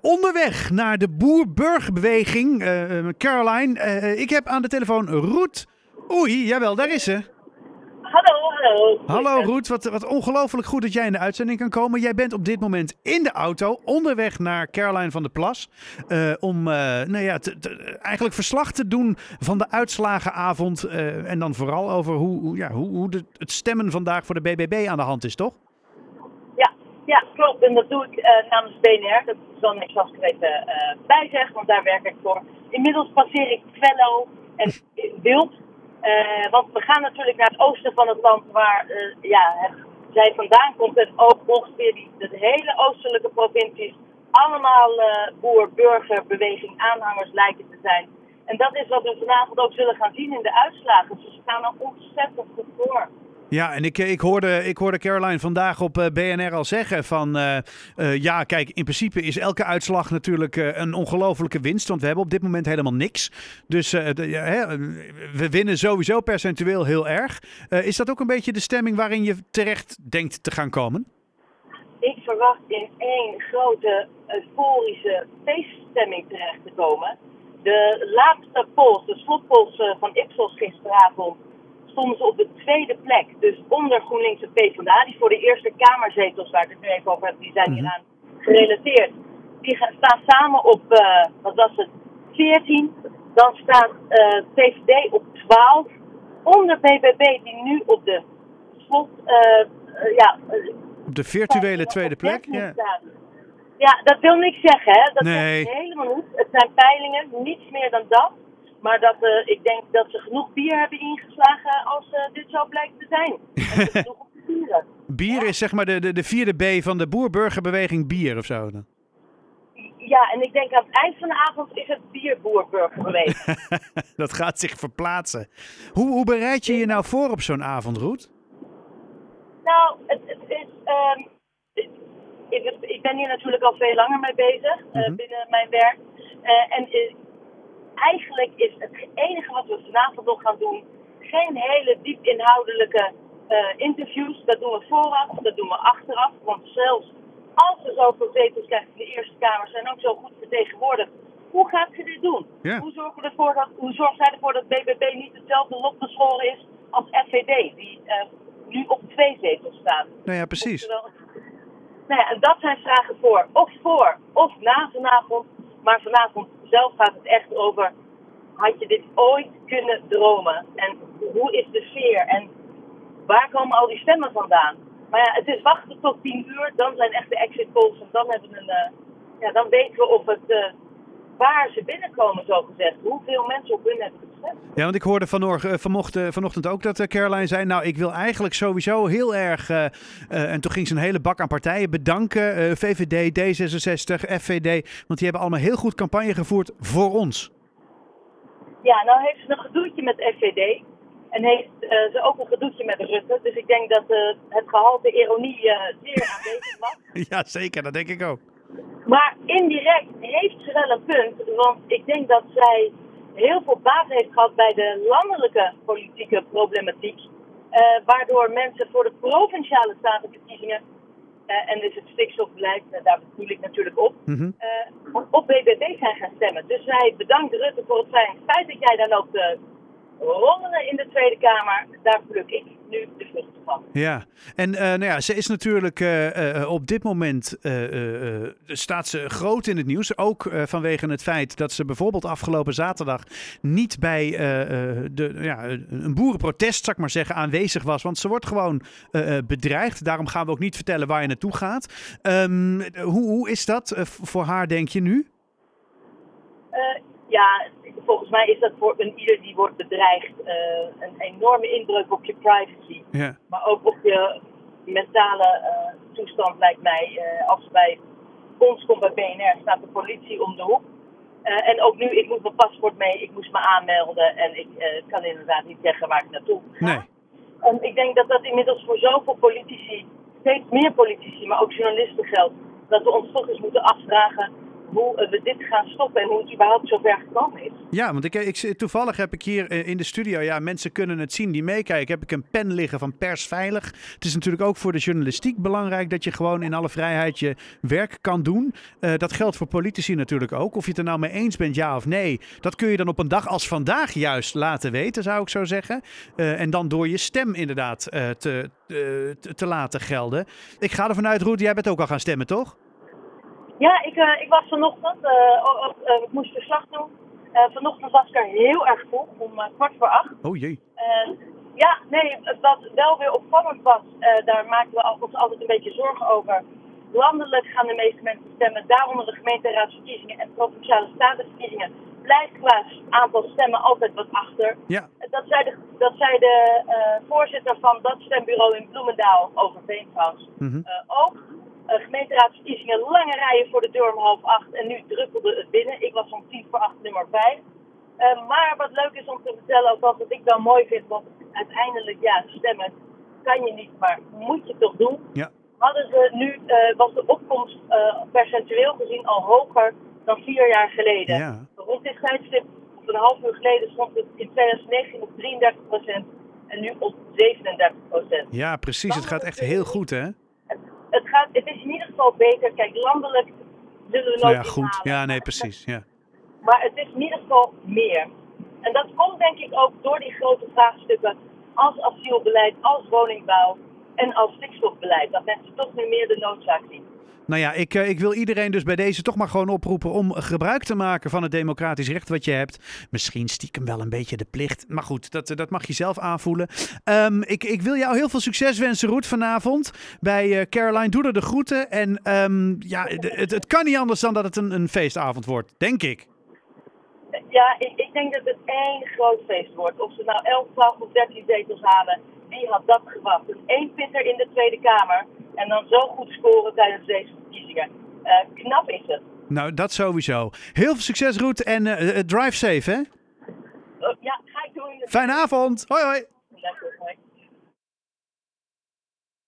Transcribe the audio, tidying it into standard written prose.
Onderweg naar de boer-burgerbeweging. Caroline, ik heb aan de telefoon Roet. Oei, jawel, daar is ze. Hallo. Hallo Roet, wat ongelooflijk goed dat jij in de uitzending kan komen. Jij bent op dit moment in de auto onderweg naar Caroline van der Plas. Om eigenlijk verslag te doen van de uitslagenavond. En dan vooral over hoe het stemmen vandaag voor de BBB aan de hand is, toch? Ja, klopt. En dat doe ik namens BNR. Dat zal ik zoals ik weet bijzeggen, want daar werk ik voor. Inmiddels passeer ik Twello en Wild. Want we gaan natuurlijk naar het oosten van het land waar zij vandaan komt. En ook ongeveer de hele oostelijke provincies allemaal boer-burgerbeweging aanhangers lijken te zijn. En dat is wat we vanavond ook zullen gaan zien in de uitslagen. Dus ze staan er ontzettend goed voor. Ja, en ik hoorde Caroline vandaag op BNR al zeggen van... kijk, in principe is elke uitslag natuurlijk een ongelofelijke winst. Want we hebben op dit moment helemaal niks. Dus we winnen sowieso percentueel heel erg. Is dat ook een beetje de stemming waarin je terecht denkt te gaan komen? Ik verwacht in één grote euforische feeststemming terecht te komen. De laatste polls, de slotpolls van Ipsos gisteravond... stonden ze op de tweede plek, dus onder GroenLinks en PvdA, die voor de Eerste Kamerzetels, waar ik het nu even over heb, die zijn hieraan gerelateerd. Die staan samen op, 14, dan staat VVD op 12, onder BBB die nu op de slot, op de virtuele tweede plek? Ja. Ja, dat wil niks zeggen, hè. Dat nee. Zegt helemaal niet. Het zijn peilingen, niets meer dan dat. Maar ik denk dat ze genoeg bier hebben ingeslagen als dit zo blijkt te zijn. En genoeg om te vieren. Bier is zeg maar de vierde B van de boer-burgerbeweging bier of zo dan? Ja, en ik denk aan het eind van de avond is het bier-boer-burgerbeweging. Dat gaat zich verplaatsen. Hoe bereid je je nou voor op zo'n avond, Roet? Nou, het is... Ik ben hier natuurlijk al veel langer mee bezig binnen mijn werk. Eigenlijk is het enige wat we vanavond nog gaan doen geen hele diep inhoudelijke interviews. Dat doen we vooraf, dat doen we achteraf. Want zelfs als we zoveel zetels krijgen in de Eerste Kamer, zijn ook zo goed vertegenwoordigd. Hoe gaat ze dit doen? Ja. Hoe zorgt zij ervoor dat BBB niet hetzelfde lot beschoren is als FVD, die nu op 2 zetels staat? Nou ja, precies. En dat zijn vragen voor of na vanavond. Maar vanavond zelf gaat het echt over, had je dit ooit kunnen dromen? En hoe is de sfeer? En waar komen al die stemmen vandaan? Maar ja, het is wachten tot 10 uur, dan zijn echt de exit polls. En dan, dan weten we of het, waar ze binnenkomen, zo gezegd. Hoeveel mensen op hun hebben gestemd. Ja, want ik hoorde vanochtend ook dat Caroline zei... nou, ik wil eigenlijk sowieso heel erg... en toen ging ze een hele bak aan partijen bedanken. VVD, D66, FVD. Want die hebben allemaal heel goed campagne gevoerd voor ons. Ja, nou heeft ze een gedoetje met FVD. En heeft ze ook een gedoetje met Rutte. Dus ik denk dat het gehalte ironie zeer aanwezig was. Ja, zeker. Dat denk ik ook. Maar indirect heeft ze wel een punt. Want ik denk dat zij heel veel baat heeft gehad bij de landelijke politieke problematiek. Waardoor mensen voor de provinciale statenverkiezingen, en dus het stikstofbeleid, daar bedoel ik natuurlijk op, op BBB zijn gaan stemmen. Dus zij bedankt Rutte voor het feit dat jij daar loopt rommelen in de Tweede Kamer. Daar pluk ik nu de vruchten van. Ja, en ze is natuurlijk op dit moment staat ze groot in het nieuws. Ook vanwege het feit dat ze bijvoorbeeld afgelopen zaterdag niet bij een boerenprotest, zal ik maar zeggen, aanwezig was. Want ze wordt gewoon bedreigd. Daarom gaan we ook niet vertellen waar je naartoe gaat. Hoe is dat voor haar, denk je nu? Volgens mij is dat voor ieder die wordt bedreigd een enorme inbreuk op je privacy. Ja. Maar ook op je mentale toestand, lijkt mij. Als ze bij ons komt bij BNR, staat de politie om de hoek. En ook nu, ik moet mijn paspoort mee, ik moest me aanmelden. En ik kan inderdaad niet zeggen waar ik naartoe ga. Nee. En ik denk dat dat inmiddels voor zoveel politici, steeds meer politici, maar ook journalisten geldt. Dat we ons toch eens moeten afvragen, hoe we dit gaan stoppen en hoe het überhaupt zover gekomen is. Ja, want toevallig heb ik hier in de studio, ja, mensen kunnen het zien die meekijken, heb ik een pen liggen van Persveilig. Het is natuurlijk ook voor de journalistiek belangrijk dat je gewoon in alle vrijheid je werk kan doen. Dat geldt voor politici natuurlijk ook. Of je het er nou mee eens bent, ja of nee, dat kun je dan op een dag als vandaag juist laten weten, zou ik zo zeggen. En dan door je stem inderdaad te laten gelden. Ik ga ervan uit, Ruud, jij bent ook al gaan stemmen, toch? Ja, ik was vanochtend, ik moest verslag doen. Vanochtend was ik er heel erg vroeg, om 7:15. Oh jee. Ja, nee, wat wel weer opvallend was, daar maken we ons altijd een beetje zorgen over. Landelijk gaan de meeste mensen stemmen, daaronder de gemeenteraadsverkiezingen en provinciale statenverkiezingen blijft qua aantal stemmen altijd wat achter. Ja. Dat zei de voorzitter van dat stembureau in Bloemendaal over Veenhuis. Ook gemeenteraadsverkiezingen, lange rijen voor de deur om 7:30 en nu druppelde het binnen. Ik was om 7:10 nummer 5. Maar wat leuk is om te vertellen, ook wat ik wel mooi vind, want uiteindelijk, ja, stemmen kan je niet, maar moet je toch doen. Ja. Hadden ze nu, was de opkomst percentueel gezien al hoger dan 4 jaar geleden. Ja. Rond dit tijdstip, of een half uur geleden, stond het in 2019 op 33% en nu op 37%. Ja, precies. Het gaat echt heel goed, hè? Het is in ieder geval beter. Kijk, landelijk zullen we nooit goed. halen. Ja, nee, precies. Ja. Maar het is in ieder geval meer. En dat komt denk ik ook door die grote vraagstukken als asielbeleid, als woningbouw en als stikstofbeleid. Dat mensen toch nu meer de noodzaak zien. Nou ja, ik wil iedereen dus bij deze toch maar gewoon oproepen om gebruik te maken van het democratisch recht wat je hebt. Misschien stiekem wel een beetje de plicht. Maar goed, dat mag je zelf aanvoelen. Ik wil jou heel veel succes wensen, Ruud, vanavond. Bij Caroline, doe er de groeten. En het kan niet anders dan dat het een feestavond wordt, denk ik. Ja, ik denk dat het één groot feest wordt. Of ze nou 11, 12 of 13 zetels halen, wie had dat gewacht? Dus 1 pitter in de Tweede Kamer en dan zo goed scoren tijdens deze verkiezingen. Knap is het. Nou, dat sowieso. Heel veel succes, Ruud. En drive safe, hè? Ja, ga ik doen. Fijne avond. Hoi, hoi.